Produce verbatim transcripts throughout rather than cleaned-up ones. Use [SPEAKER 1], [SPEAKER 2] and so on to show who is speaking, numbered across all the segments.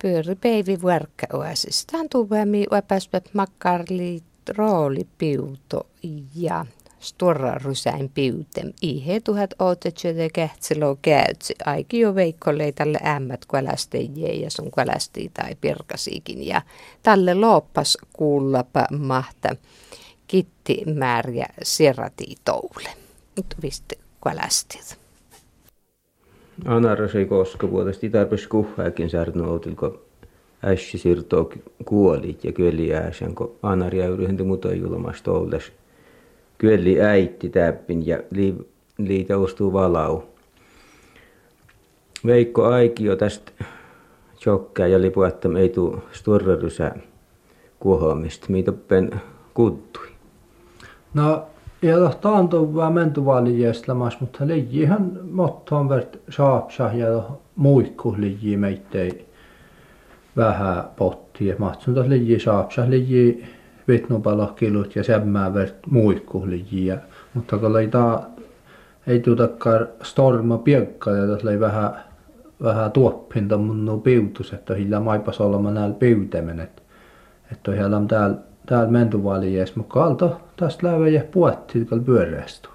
[SPEAKER 1] pyöri päivi vuorkka oasis. Tämän tuupämi uepäspät makkarli roolipiuto ja storra rysäin piutem. Ihe tuhat ootetsyötä kähtselo käytsi. Aiki jo veikkolei tälle ämmät kvälästejie ja sun kvälästi tai pirkasiikin. Ja tälle loppas kuullapa mahta kitti määriä sirrati toule. Nyt visti kvälästit.
[SPEAKER 2] Anaras ei koska vuodesta tarpeeksi kuhaakin saarnoutil, kun ässi siirtoo kuolit ja kyöli ääsän, kun Anar jäyryhäntä muuta julmasta olles. Kyöli äitti täppin ja lii, liitä ostuu valau. Veikko Aikio tästä tjokkää ja lipuatta ei tuu storrarysää kuohoamista, mitä pen kuttui.
[SPEAKER 3] No, ja tohta on tuo mentuvaalijeslämäs, mutta liijihän mottoon vert saapsa ja muikku liiji meittei vähän pottia. Matsun tuossa liiji saapsa, liiji vitnupalokilut ja semmää vert muikku liiji. Mutta kun ei taa, ei tuutakaan storma piekka ja tuossa ei vähän, vähän tuoppinta mun nuu piutus, että hillä maipas olema näillä piutemen, että että hillä on täällä täällä mentuvaalijes, mutta kalto tästä lävejä puettiin, kun pyöreästu.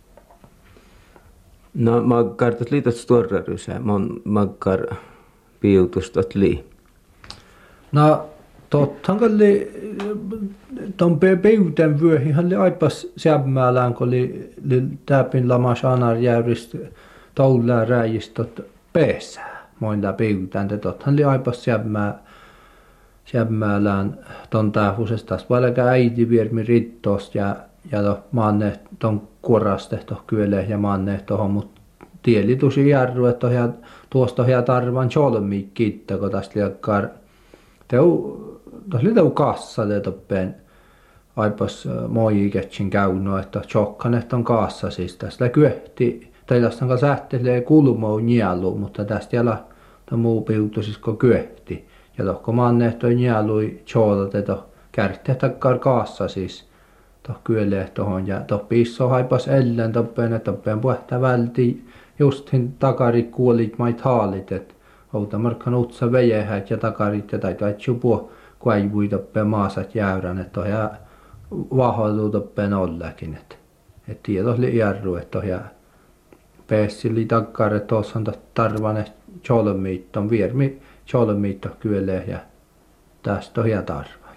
[SPEAKER 2] No, makkar tuossa liitot storrarysää, mon makkar piutustot lii.
[SPEAKER 3] No, tottahan kun li, ton piuten vyöhihän li aipas sämmäälään, kun li, li täpin lamas Anar jäyristä toulää räjistot pesää. Mointa piutään, te tottahan li aipas sämmää Sämmäälään ton tähusesta, vaikka äiti viermi rittosta ja, ja to, maanne ton kuoraste toh kyöle ja maanne tohon, mut tieli tusi järru, että tohja, tuosta tohja tarvan cholmi kiittää, kun tästä liakkaar, teu, tos li teu kassa te toppeen aipas moiketsin käyno, että tjokkanet on kassa siis, tästä kyöhti, tai tästä on kanssa sähtelee kulmou nielu, mutta tästä jälä ton muu piutu siis kun kyöhti. Ja tohko maanne toi nielui tjoolate toh kärttiä takkar kaassa siis toh kyölee tohon ja toh piisso haipas ellen toppeen, että toppeen puhta välti justin takarit kuolit mait haalit, et outa markkan utsa vejehät ja takarit ja taitaa etsupuo kuaivui toppeen maasat jäyrän, et toh jää vahoilu toppeen ollakin, et et tiedos li järru, et toh jää peessi li takkar, et tossa on toh tarvane tjolmiit ton viermi tjolmiitto kyölee ja tästä on ja tarvan.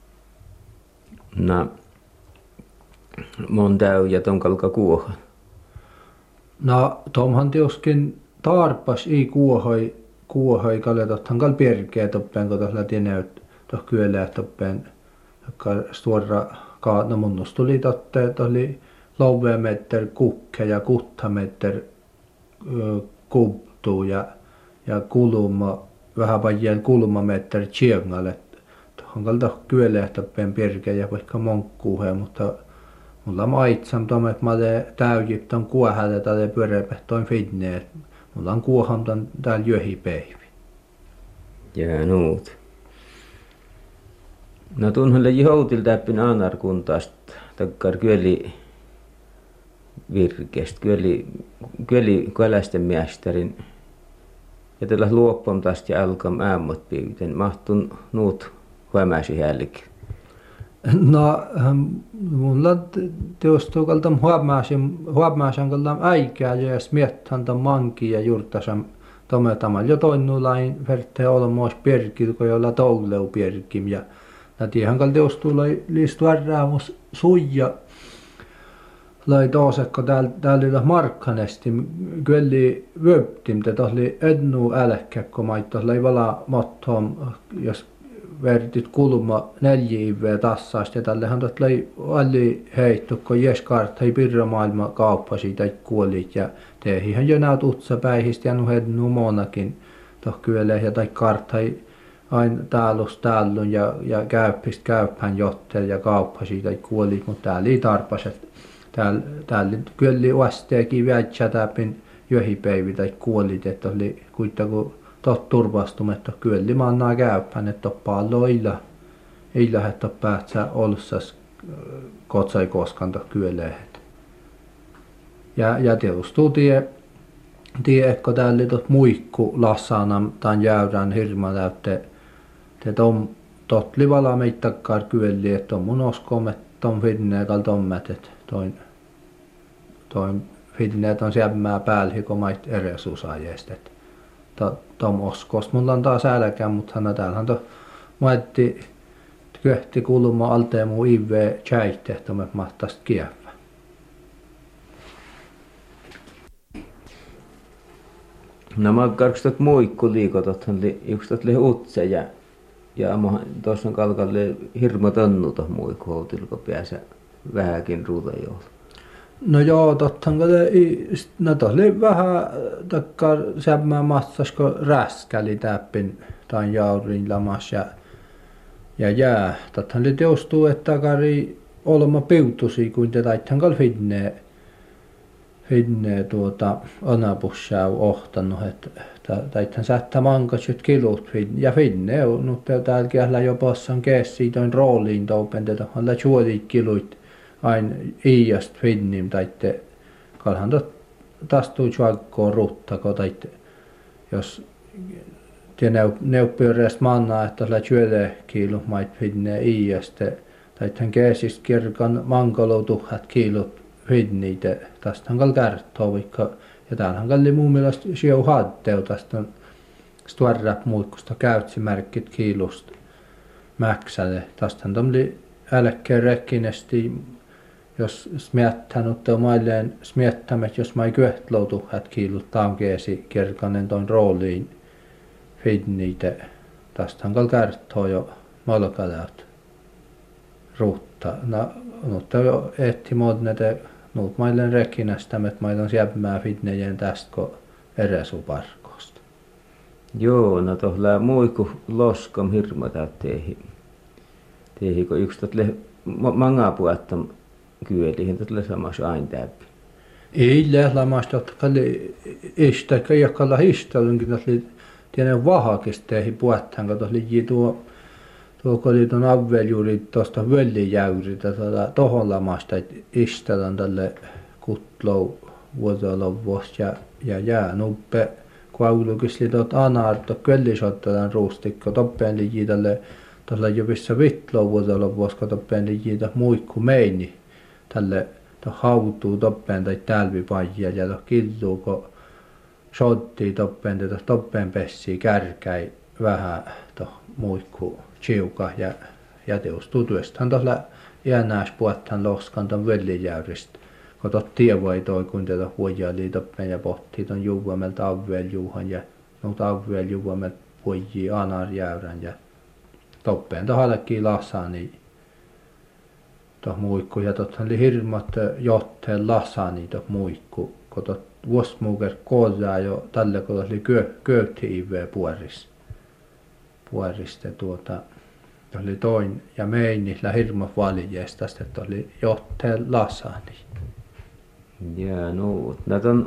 [SPEAKER 2] No, mon täy ja ton kalka kuohan.
[SPEAKER 3] No, tomhan tioskin tarpas ei kuohoi, kuohoi kaletothan kal perkeä toppeen, kun tuossa läti näyt tuossa kyölee toppeen, joka suora kaatna munnus tuli totte, että oli lovemeter kukke ja kuttameter kubtuu ja, ja kuluma vähän paljon kulmameter tjengalle. Tuohon kalta kyölee toppeen perkeä ja vaikka monkkuuhe, mutta mulla on aitsam tuomme, että mä teen täyjip ton kuohälle tai pyöreäpehtoin fitneet. Mulla on kuoham ton täällä jöhipäivi.
[SPEAKER 2] Jää nuut. No tunhalle jihoutil täppin Anar kuntaast takkar kyöli virkeäst, kyöli, kyöli kvälästen miesterin. Ja tällä luoppam tästä ja alkam äämmot piiviten. Mahtun nuut huomäsi hälki.
[SPEAKER 3] No, mulla teostuu kaltam huomäisen kaltam äikää ja smiettän tämän mankin ja juurtasen tometamal. Jo toinnuulain vertteen olmois perkil, kun jolla touleu perkim. Ja tiihän kal teostuu liistu ärräämus suija. Lai toosekko täällä markkanesti, kyllä vöptim, te tohli ednu älkkä, kun maittos lai vala mottoom, jos vertit kulma neljä iveä tassaasti, ja tällehän tot lai alli heittu, kun jeskart ei pirra maailma kauppa siitä kuolit, ja tehihän jo näet utsapäihistä ja nu ednu monakin toh kyllä, ja tai kartai aina täälus tällun ja, ja käyppistä käyphän jottel ja kauppa siitä kuolit, mutta täällä ei tarpaset. Täällä, täällä kyllä vasteekin väitsä täpin jöhipäivi tai kuolit, että oli kuitenkin tot turvastumme, että kyllä mannaa käypään, että paljon illa, ei lähdetä päätsä olsas kotsai koskan kyllä. Ja, ja tietysti tie tiedätkö täällä tot muikku lassana tämän jäyrän hirma täytte te tom tot livala meittakkaar kyöli että on mun oskoom että tom finne kal tommet että toin toin finneet on siemmää päällä hiko mait eresusaajest että to, tom oskos mulla on taas älkää mutta hän täällähän to maitti köhti kulma alteen muu ive tjäitte että me mahtaist kievä.
[SPEAKER 2] No mä karkstot muikku liikotothan li jukstot li utse ja ja tuossa on kalkalle hirmo tönnuta muikku houtilko pääsä vähäkin ruutajoulu.
[SPEAKER 3] No joo, tottahan kun no tos oli vähän takkar sämmää matsasko räskäli täppin tai jaurin lamas ja ja jää. Tottahan oli teostuu että kari olema piutusi kuin te taithan kal finne finne tuota anapussa on ohtanut että taithan sättä mankasyt kilut ja finne on mutta täälläkin jo passan keessiä toin rooliin toupen te tohon la chuolit kiluit ain iiast finnim taitte kalhan tot tastuu chuakkoa ruttako taitte jos te neuppyöreäst manna että la chuele kilu mait finne iiaste taithan keesist kirkan mankaloutuhat kilut finniite tästähän kal kärttoo vaikka ja täällähän kalli muun mielestä sieu haatteu tästä on stuarrap muikkusta käytsimerkit kiilusta mäksäle tästähän tomli älkkeen rekkinesti jos smiettän utte mailleen smiettämet jos mai kyhtloutu hät kiilut taankeesi kirkanen toin rooliin finniite tästähän kal kärttoo jo malkaläät ruutta no mutta jo etti modnete nuut mailleen rekkinästämet mailleen siepmää finnejen tästä ko eresuparkosta.
[SPEAKER 2] Joo, no tohlaa muikku loskam hirma täytteihin. Teihin kun yksi totle mangapuetta kyölihin totle samas ain täppi.
[SPEAKER 3] Ei lählämas totkalli istä kaikalla histalunkin totli tienen vahakista teihin puettaan kun totli tuo tuo oli tuon avveljuuri tuosta völlijäyriltä tuota tohon lamasta istellään tälle kutlou vuotolovuosta ja ja jää nuppe kuaulukisli tuot anaarto köllisottalan ruustikko toppeen liji tälle tuolla jovissa vitlou vuotolovuosta kun toppeen liji tuo muikku meini tälle tuo hautuu toppeen tai tälvipajia ja tuo killuu kun sottii toppeen tätä toppeen pessiä kärkäi vähän tuo muikku chiuka ja ja teostuu työstähän tuolla iänääs puettaan loskan ton völlijäyristä kun tot tievoi toi kun tätä huojaili toppeen ja pohtii ton juuamelta avveljuuhan ja nuut avveljuuamelta huojii anarjäyrän ja toppeen tohallekin lasani toh muikku ja tothan oli hirmat johteen lasani toh muikku kun tot vuosmuuker koolaa jo tälle kun oli kö köytti ive puoris puoriste tuota oli toin ja meini la hirma valjeesta että oli johteen lasani.
[SPEAKER 2] Ja no näet on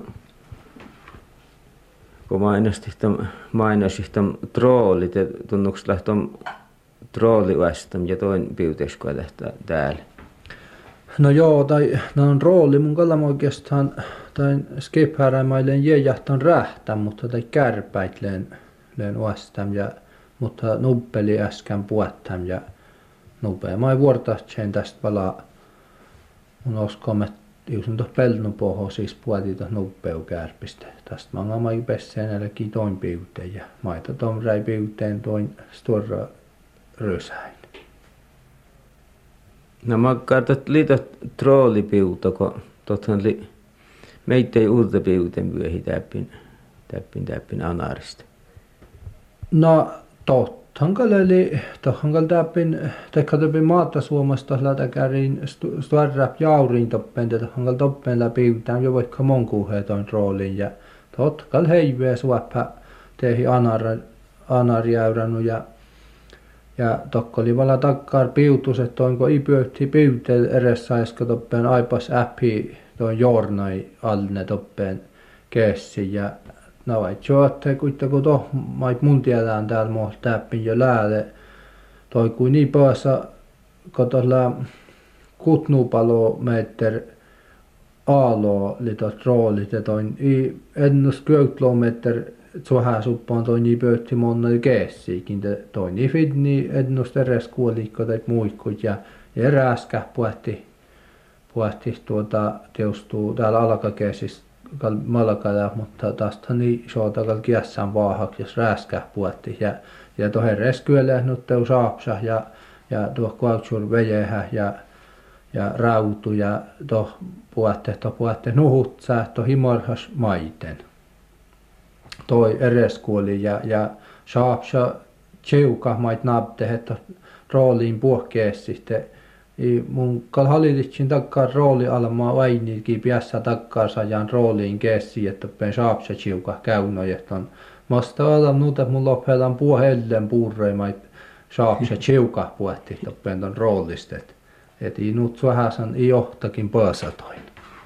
[SPEAKER 2] kun mainostin mainostin troolit tunnuks lähtöm troolivästam ja toin piutesko lähtää täällä.
[SPEAKER 3] No joo tai no on rooli mun kallam oikeastaan tai skipharämailen jäjähtän rähtän mutta tai kärpäitleen leen vastam ja mutta nuppeli äsken puettam ja nupea mai vuortahtseen tästä palaa mun uskomme että jos on tuossa pelnopohjo siis puetita nuppeu kärpistä tästä manga mai pesseen älläkin toin piuteen ja maita tom räi piuteen toin stora rysäin.
[SPEAKER 2] No mä kartat liitot troolipiuta kun tothan li meitä ei uutta piuten pyöhi täppin täppin täppin anarista.
[SPEAKER 3] No tottahan kaleli tottahan kal täppin tekka täppin maata Suomesta lätäkärin starrap jaurin toppen tottahan kal toppen läpiutään jo vaikka monkuuhe toin roolin ja tot kal heiveä suoppa tehi anar anarjäyrännu ja ja tokko oli vala takkaar piutus että onko i pyöhti piutel edessä eska toppen aipas äppi toin joornai alne toppen keessi ja no vai joatte kuitenkin toh mait mun tiedään täällä mo täppin jo lääle toi kuin niin päässä kun tuolla kutnupalo meter aalo litot roolit ja toin i ennus kilometri tsohä suppaan toin ni pöytti monna keessiikin te toin ni fidni ennus eräs kuolikko tai muikkut ja ja rääskä puhti puhti tuota teostuu täällä alkakeessissä kal malkalla mutta taasta niin sootakal kiessään vaahak jos rääskä puhti ja ja tohen reskyölle nyt teu saapsa ja ja tuo kuautsur vejehä ja ja rautu ja tuo puhutte tuo puhutte nuhutsaa tuo himorhas maiten toi ereskuoli ja ja saapsa chiuka mait nabte että rooliin puhkeessiste i mun kal hallitsin takkaan rooli almaa vainikin piässä takkaan sajan rooliin keessi että pen saapsa chiuka käynojet on masta olla nuuta mun lophelan puhellen puurreimait saapsa chiuka puhutti toppen ton roolistet et i nuut vähäsen i johtakin pösatoin.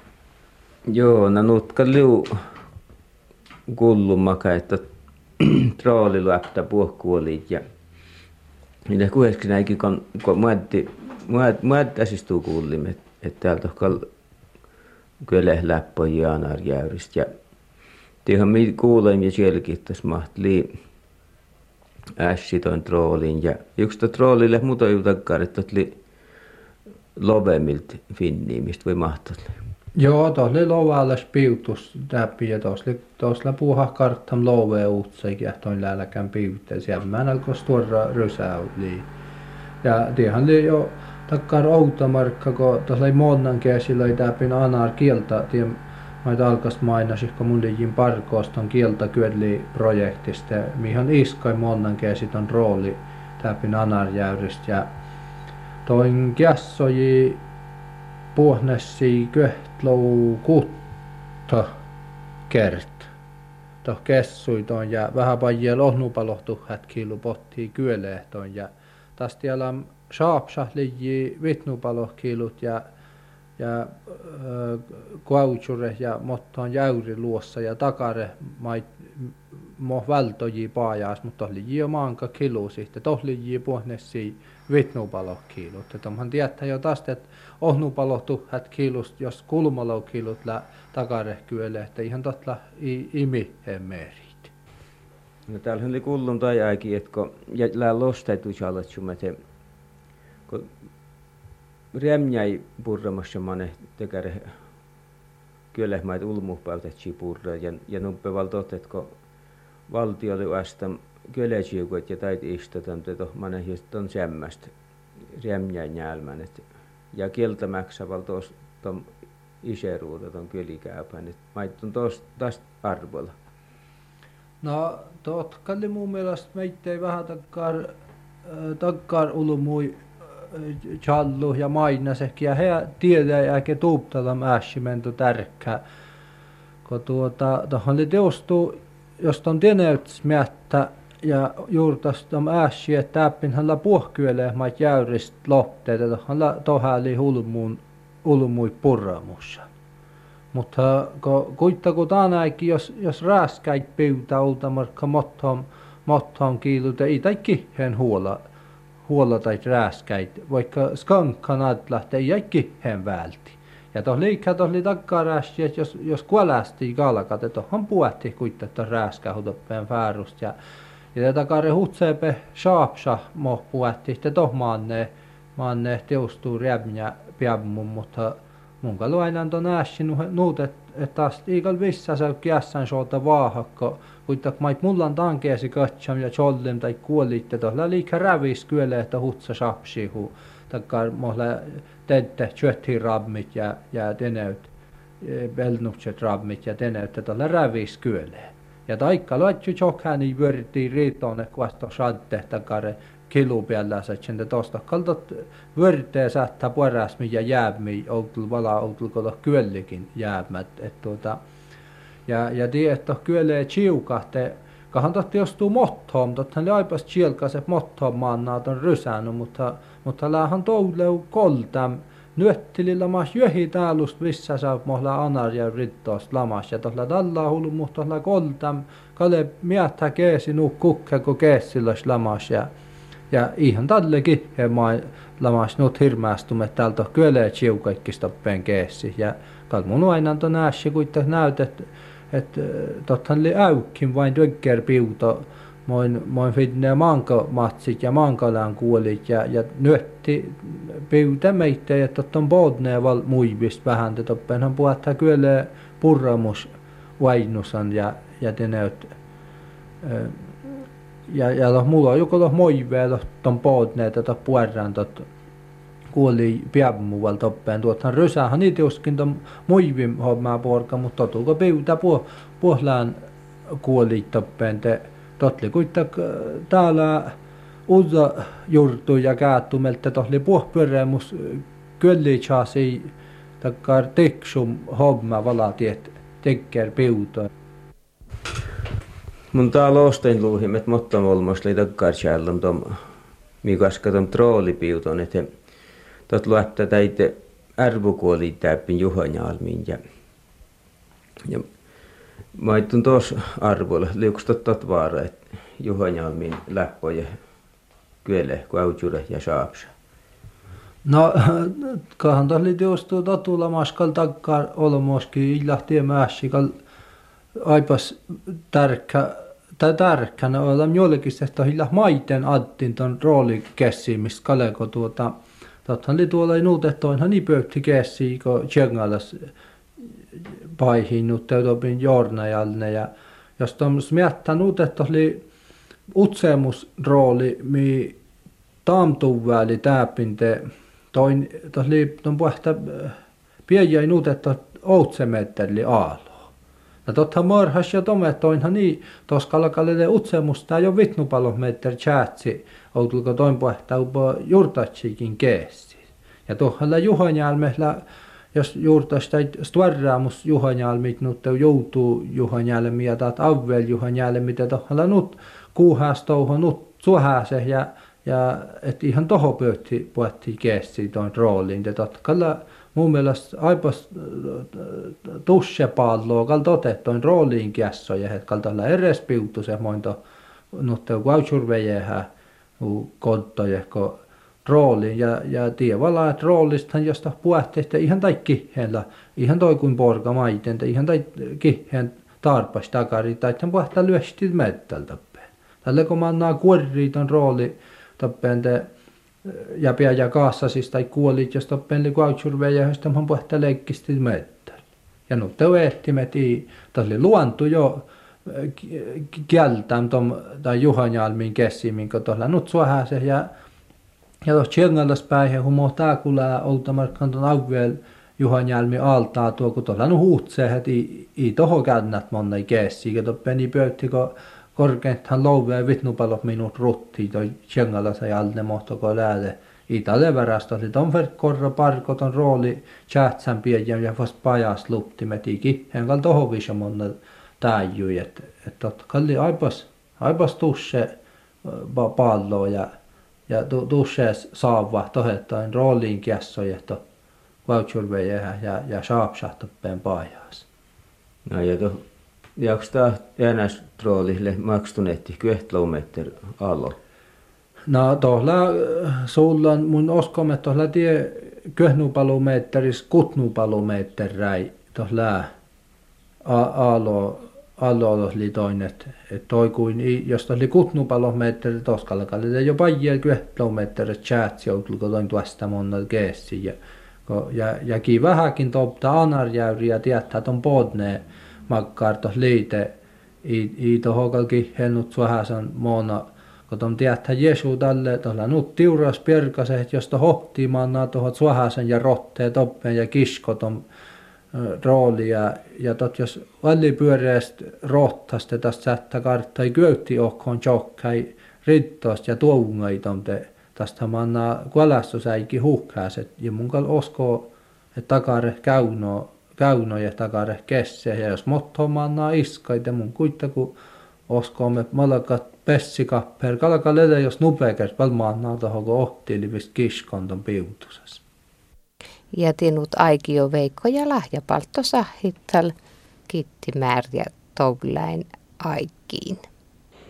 [SPEAKER 2] Joo, no nutka liu kullumaka, että troolilu äptä puhkuolit ja mitä kuitenkin näinkin kun kun muotti muottaisistuu kuulimme että täältä kal kyllä läppöjä anarjäyristä ja tiedän mi kuulen ja sielläkin tässä mahti ässi ton troolin ja yksi to troolille muuta jutakkaan että oli lovemmilta finniimistä voi mahtaa.
[SPEAKER 3] Joo, tuossa oli lovalas piutus läpi ja tuossa oli tuossa puhah karttam lovea uutsekin ja toin läälläkään piuteen. Siellä mä en alkoi tuoda rysäyliin. Ja tiedän oli jo takkaan outamarkka, kun tuossa oli monnan käsillä oli täpin anar kieltä. Tiedän, mä alkas mainasi, kun mun liikin parkoosta on kieltä kyöli projektista. Mihin iskai monnan käsit on rooli täpin anarjäyristä. Ja toin kässoji puhnessi köhtlou kutta kert. Toh kessui ton ja vähän pajia lohnupalohtu hätkiilu pottii kyölehton ja taas tiellä saapsahliji vitnupalohkiilut ja ja äh, kuautsure ja mottoon jäyri luossa ja takare mait mo vältoji paajaas mutta oli jo maanka kilu sitten tohli puhnessi vitnupalohkiilut että onhan tietää jo taas että ohnupalohtu hät kiilust jos kulmaloukiilut lä takare kyöle että ihan totla imi hemmerit.
[SPEAKER 2] No täällä oli kullum tai aikin että kun ja lää lostaitu salatsumme te kun rämjäi purramassa mane tekare kyölehmait ulmuhpäytetsi purra ja ja nuppeval totet kun valtio oli vasta kyölejiukot ja tait istutan to mane just on semmästä rämjäin jälmän et ja kieltä maksaval tos tom iseruuta ton kylikäypän et mait on tos tästä arvolla.
[SPEAKER 3] No tot kalli mun mielestä meittei vähän takkaan takkaan ulmui challu ja mainasek ja he tiedää eikä tuuptata mässimento tärkkää kun tuota tohon oli teostu jos on teneyts mättä ja juurtas tom ässi että täppinhän la puhkyöle mait jäyrist lopteet tohon la tohäli hulmuun ulmui purramussa mutta kun kuittaku taanaikin jos jos rääskäit pyytää ultamarkka mottom mottom kiilut ei tai kihen huola huola tai rääskäit vaikka skankkan atlat ei jäi kihen välti ja toh liikkaa toh li takkaa räästi että jos jos kuolästi kalkat että tohon puhti kuittata rääskä hutoppeen fäärust ja ja takare hutsepe saapsa mo puhti että toh maanne maanne teostuu rämjä piammun mutta mun kaluainan ton ässi nuut et et taas iikal vissa se kiässän soota vaahakko kuittak mait mullan tankeesi katsam ja chollim tai kuolitte tohla liikka rävis kyöle että hutsa sapsi hu takkar mohla tette tjötti rammit ja ja teneyt belnukset rammit ja teneyt tohla rävis kyöle ja taikka loitju chokhani vörti riitoon vasta sadde takkare kilu päällä sen tosta kaltot vörtee sättä puoräsmi ja jäämi outul vala outul kolo kyöllikin jäämät et tuota ja ja tie että kyölee chiukahte kahan totti jostuu mottom tothan le aipas chielkase mottom maannaa ton rysänu mutta mutta laahan touleu koltam nyöttilillä mas jöhi täälust missä saa mohla anar ja rittost lamas ja tohla dalla hulu muhtohla koltam kale miättä keesi nu kukke ko keessillas lamas ja Ja ihan tällekin he mai lamas nuut hirmäästumet täältä kyllä chiukaikki stoppeen keessi. Ja kal mun aina ton ässi kuitenkin näytet, että tottahan li äykkin vain tykkär piuto. Moin, moin fidne maankamatsit ja maankalan kuolit ja, ja nyötti piutä meitä, että on bodne val muivist vähän, että toppeenhan puhuttaa kyllä purramus vainusan ja, ja te näyt. Ja, ja toh, mulla on joko toh moivea ton bodne, että puerran tot kuoli piamuval toppeen. Tuothan rysähän niitä joskin ton muivin hommaa porka, mutta totuuko piutä puh, puhlaan kuoli toppeen te. Totli kuitenkin täällä uutta juurtu ja kääntymeltä totli puhpyremus kyllitsaasi takkar teksum homma valatiet tekker piutoa.
[SPEAKER 2] Mun täällä ostain luuhim, että mottam olmos oli takkar tjällom tom miikaska tom troolipiuton, että tot luotta täite arvokuoli täppin Juhanjalmiin ja ja mä ajattelin tuossa arvoilla, liukustot tot vaara, että Juhanjalmin läppoja kyele, kuautjure ja saapsa.
[SPEAKER 3] No, kahan tuossa oli teostua totulla maskal takkar olmoskin illahti mässikal aipas tärkkä, tai tärkkänä ollaan jollekin, että illah maiten adtin ton roolikessiin, mistä kaleko tuota, tottahan oli tuolla ei nuutettoinhan niin pöytti kessiin, kun tjengalas paihinut teutopin jornajalne ja jos tuommoista miettanut, että oli utsemusrooli, mi taamtuväli täpinte, toin oli tuon puhta pieniä nuutetta outsemetterli aaloa. Ja totta marhas ja tometoinhan niin, tuossa kalkalle utsemusta ei ole vitnupalometer chatsi, outulko toin puhta upo jurtatsikin keessi. Ja tuohalla Juhanjalmella jos juurtaista stvarraamus Juhanjalmit nutte joutuu Juhanjalmi ja taat avvel Juhanjalmi, mitä tohalla nut kuuhastouho nut suhäse ja ja et ihan toho pöytti puhuttiin keessi tuon rooliin. Te totkalla mun mielestä aipas tussepalloa kal totettoin rooliin kiessoja, että kal tällä eres piuttu se mointo nutte kuautsurvejehä konttojehko rooliin ja ja tievala että roolistahan josta puhuttiin ihan kaikki heillä ihan toi kuin porka maiten ihan tai kihen tarpas takari tai tämän puhuttaa lyösti mettältä tällä kun mannaa kuorrii ton rooli toppeen te ja pää ja kaassa siis tai kuolit jos toppeen li kuautsurveja josta man puhuttaa leikkisti mettällä ja nyt te ehtimet i tälle luontu jo kieltään tom tai Juhanjalmin kessimin kun tuolla nyt suohäse ja ja tuossa Tjengalas päihin, kun mä tääkulää oltamarkkaan tuon avuel Juhanjalmi altaa tuo, kun tuolla on huutsee, että ei, ei toho kännät monna keessiä, kun tuon peni pöytti, kun korkeintaan louvea vitnupalot minut ruttiin, toi Tjengalas ei alne mohtoko lääde. Ei tälle värästä, oli tuon verkkorra parko ton rooli tjähtsän pieniä ja vasta pajas luptimet, ei kihen kal toho visä monna täijui, että et tot kalli aipas, aipas tusse palloa ja ja tuossa saava tohettain rooliin kiessoja, että kuautsurveja ja ja saapsahtoppeen pajas.
[SPEAKER 2] No ja to jaks tää enäs roolille makstunetti kyhtlometer allo.
[SPEAKER 3] No tuolla sulla mun oskomme tuolla tie kyhnupalometeris kutnupalometeräi tuolla allo allo oli toinen, että toi kuin jos oli kutnupalometri toskalkalle jo paljon kyhtlometer chats joutulko toin tuosta monna keessi ja ja ja ki vähäkin topta anarjäyri ja tietää ton podne makkartos liite i i tohokalki hennut suohasan mona kun ton tietää Jeesu tälle tuolla nyt tiuras perkaset josta hohtii mannaa tuohon suohasan ja rottee toppeen ja kiskoton rooli ja ja tot jos vallipyöreästä rohtaste tästä sättä karttai köytti ohkoon chokkai rittosta ja tuungai tomte tästä manna kuolastussäiki huhkääset ja mun kal oskoo että takare käyno käyno ja takare kesse ja jos motto manna iskaita mun kuittaku oskoomme malakat pessikapper kalkalele jos nupekäs valmaannaa tohoko ohtiilivist kiskon ton piutusas.
[SPEAKER 1] Ja tinut aikio Veikko ja lahjapaltto sahittal kitti määrä toulain aikiin.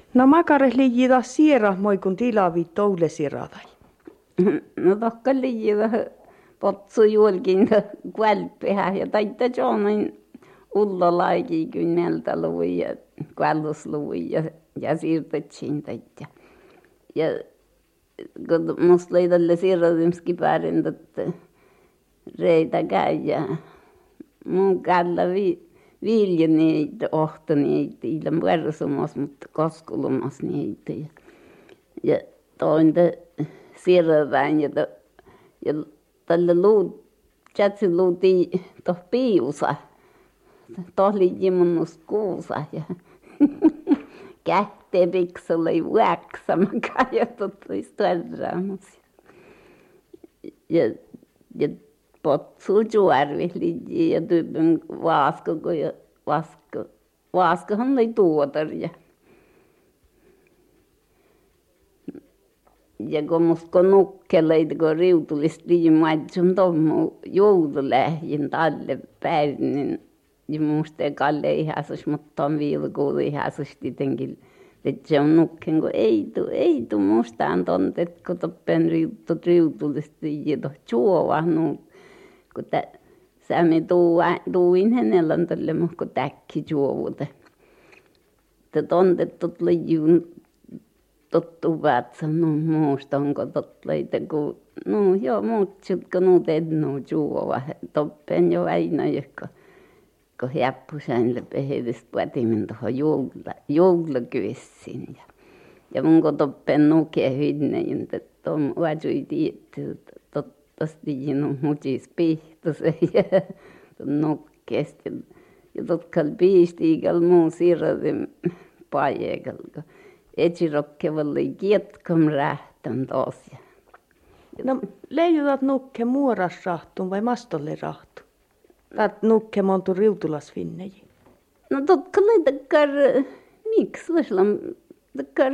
[SPEAKER 4] No makares liiji taas siera moi kun tilavi toule siratai.
[SPEAKER 5] No tokko liiji vähän potsu juolkin kuälpehän ja taitta joonin ullolaikin kynneltä luvun ja kuällusluvun ja, ja siirtettiin taitta. Ja kun musta oli tälle siirrotimski päärin, että reitä käy ja mun källä vi, vilja niitä, ohto niitä, ilman versumas, mutta koskulumas niitä. Ja, ja toin te siirropäin ja, to, ja tälle luut, jätsi luutiin tuohon piusa. Tuohon liitin mun kuusa ja kähteen piksulla ei vuoksamaan kajotut istuerraamus. Ja, ja potsuu juorvi liitin ja tyypin vaasko, ja vaasko, vaaskohan oli tuotar. Ja, ja kun musta nukkeleita, kun riutulista liitin maitsun tommu joululähjin talle päin, niin ja musta ei Kalle ihaisus, mutta on vilkuulu ihaisus tietenkin. Että se on nukken, kun ei tuu, ei tuu mustaan tontet, kun toppen riutut riutulista ja tuohon juovahnuut. Kun tä, sä me tuuin hänellä on tälle muhko täkki juovuta. Että tontet tot leijun tottu vaatsa, no muusta onko tot leitä, kun no joo muut jotka nuut ennuu juova. Toppen jo aina, jotka kun hiappusainille pehedistä puetimin tuohon juhla, juhlakyessin. Ja, ja mun kun toppen nukea hynnein, että tuon uatsui tietty, tottasti on mutis pihtosen ja tuon nukkeesti. Ja tutkal piistiikal muun siirrotin paijekal, kun etsirokkevalla kietkom rähtän taas.
[SPEAKER 4] No leijutat nukke muoras rahtuun vai mastolle rahtuun? Tät nukke montu riutulas finneji.
[SPEAKER 5] No totka oli takkar, miksi vaslam, takkar,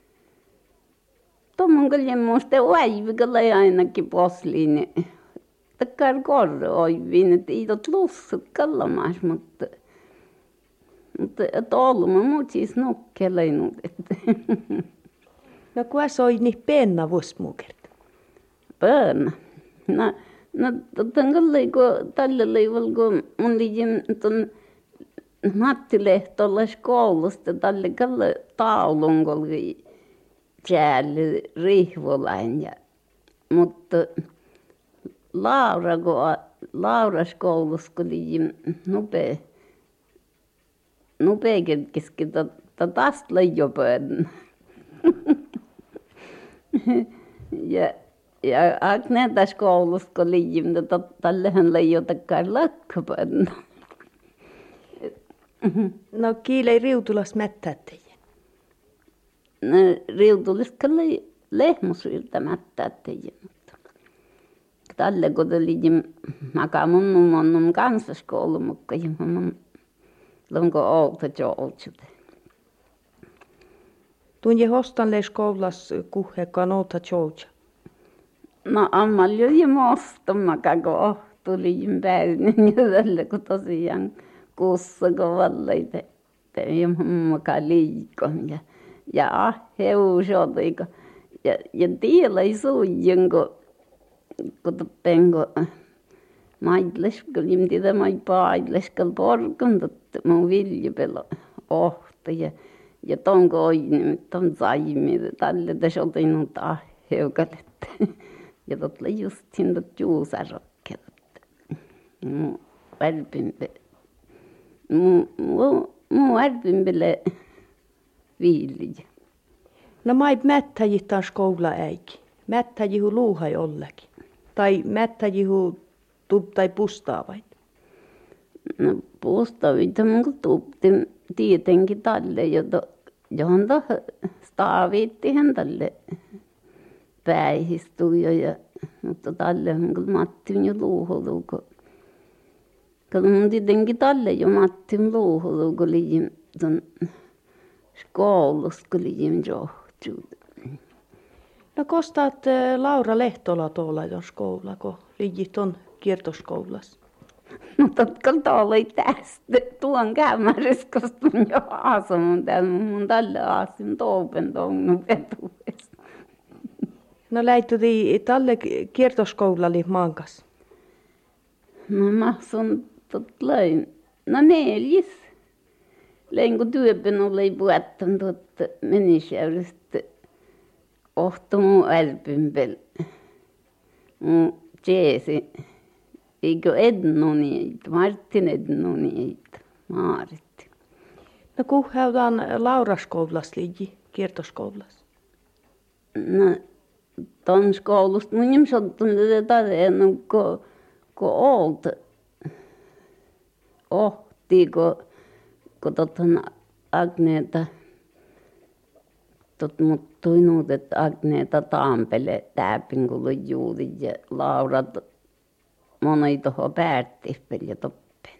[SPEAKER 5] tomon kaljen muista oivikalla ainakin posliin. Takkar korre oivin, että ei tot lussut kallamas, mutta, mutta et olma muut siis nukke leinut.
[SPEAKER 4] No kuka soi niin penna vuosmuukert?
[SPEAKER 5] Penna? No. No totta kai kun tällä leivalla kun mun liitin tuon Matti Lehtolla koulusta tällä kai taulun kun oli täällä Rihvolain ja mutta Laura kun Lauras koulussa kun liitin nopea nopea kerkisikin että taas leijopön ja ja Agnetas koulussa kun liitin, mutta tällähän leijotakaan lakkapanna.
[SPEAKER 4] No kiilei riutulas mättää teidän.
[SPEAKER 5] No riutulas kai lehmusviltä mättää teidän. Tällä kun liitin makaa mun mun kansaskoulu mukaan, mun lonko outa joutsuta.
[SPEAKER 4] Tunje hostanleis koulas kuhhekaan outa joutsa.
[SPEAKER 5] No ammaljo ja mosta makako tuli päivinen ja tällä kun tosiaan kuussa kun valleita ja mummoka liikon ja ja heusotui ja ja tiellä ei suijin kun kun toppen kun maidleskal imtitä mai paidleskal porkun totta mun viljapelo ohta ja ja ton koin ton saimi tälle tässä oltiin nyt heukaletta. Ja totta just sinne juusarokkeet. Muu ärpimpe. Muu, muu, muu ärpimpele viiliji.
[SPEAKER 4] No maip mättäjit taas koula äiki. Mättäjihu luuhai ollakin. Tai mättäjihu tub tai pustaavait.
[SPEAKER 5] No pustaavita mun tubtin tietenkin tälle, johon tuohon staaviittihan tälle päihistuja ja mutta tälle on kyllä Matti on jo luuhulu, kun kyllä mun tietenkin tälle jo Matti on luuhulu, kun liian tuon koulussa, kun liian johtuu.
[SPEAKER 4] No kostaat Laura Lehtola tuolla jos koula, kun liijit on kiertoskoulassa?
[SPEAKER 5] Mutta kyllä oli tästä tuon käymäriskosta jo aasamun täällä, mun tälle aasin toupen tuon vetuessa.
[SPEAKER 4] No läittyi tälle kiertoskoulalle maankas.
[SPEAKER 5] No mä sun tot löin. No neljäs. Lein kun työpen oli puettan tuot menisjärjestä ohto mun älpympel. Mun jeesi. Eikö Edno niitä, Martin Edno niitä, Maarit.
[SPEAKER 4] No kun on Lauraskoulassa liiji, kiertoskoulassa?
[SPEAKER 5] No, ton skoulusta mun nimi sottun tätä no kun kun olt ohti, kun kun totten Agneeta tot mut tuinut, että Agneeta Taampele täpin kun juuri ja Laura moni tuohon päättispeli ja toppen.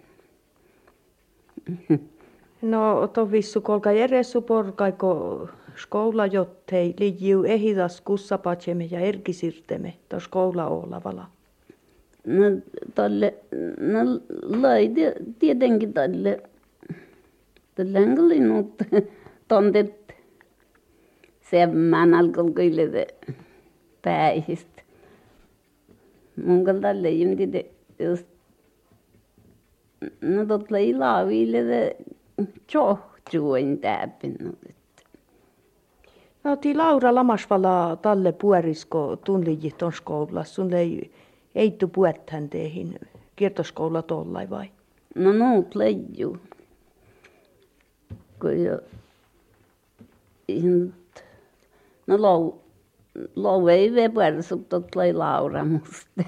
[SPEAKER 4] No to vissu kolka järjessu porkaiko skoula jottei liijiu ehidas kussapatsemme ja erkisirteme to skoula olavala.
[SPEAKER 5] No tolle, no lai tietenkin tolle, tolle hankalinut tontet semmän alkoi kyllä päihistä. Mun kaltalle jymti just, no tot lai laaville de johtuin täpin.
[SPEAKER 4] No ti Laura Lamasvala talle puorisko tunlijit ton skoulassa, sun ei eittu puethän teihin kiertoskoula tollai vai?
[SPEAKER 5] No nuut leiju. Kun jo, no lou, lou ei ve puorisut tot lai Laura musta.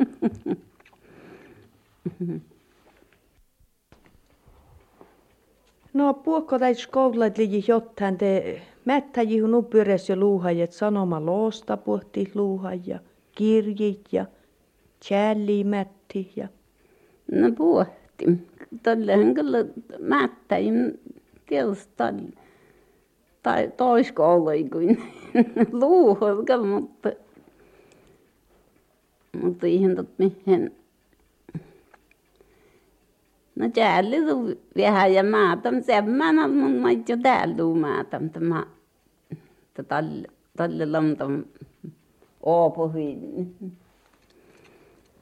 [SPEAKER 4] No puokko täis skoulat liiji jottään te mättäjihun uppyres ja luuhajat sanoma loosta puhti luuhaj ja kirjit ja tjällimätti ja.
[SPEAKER 5] No puhti. Tollehan kyllä mättäjin tietysti tai toiskoului kuin luuholka, mutta mutta ihan tot mihin. No täällä on vähän ja maatam semmän on mun maitjo täällä on maatam tämä tälle tälle lamtam oopohin.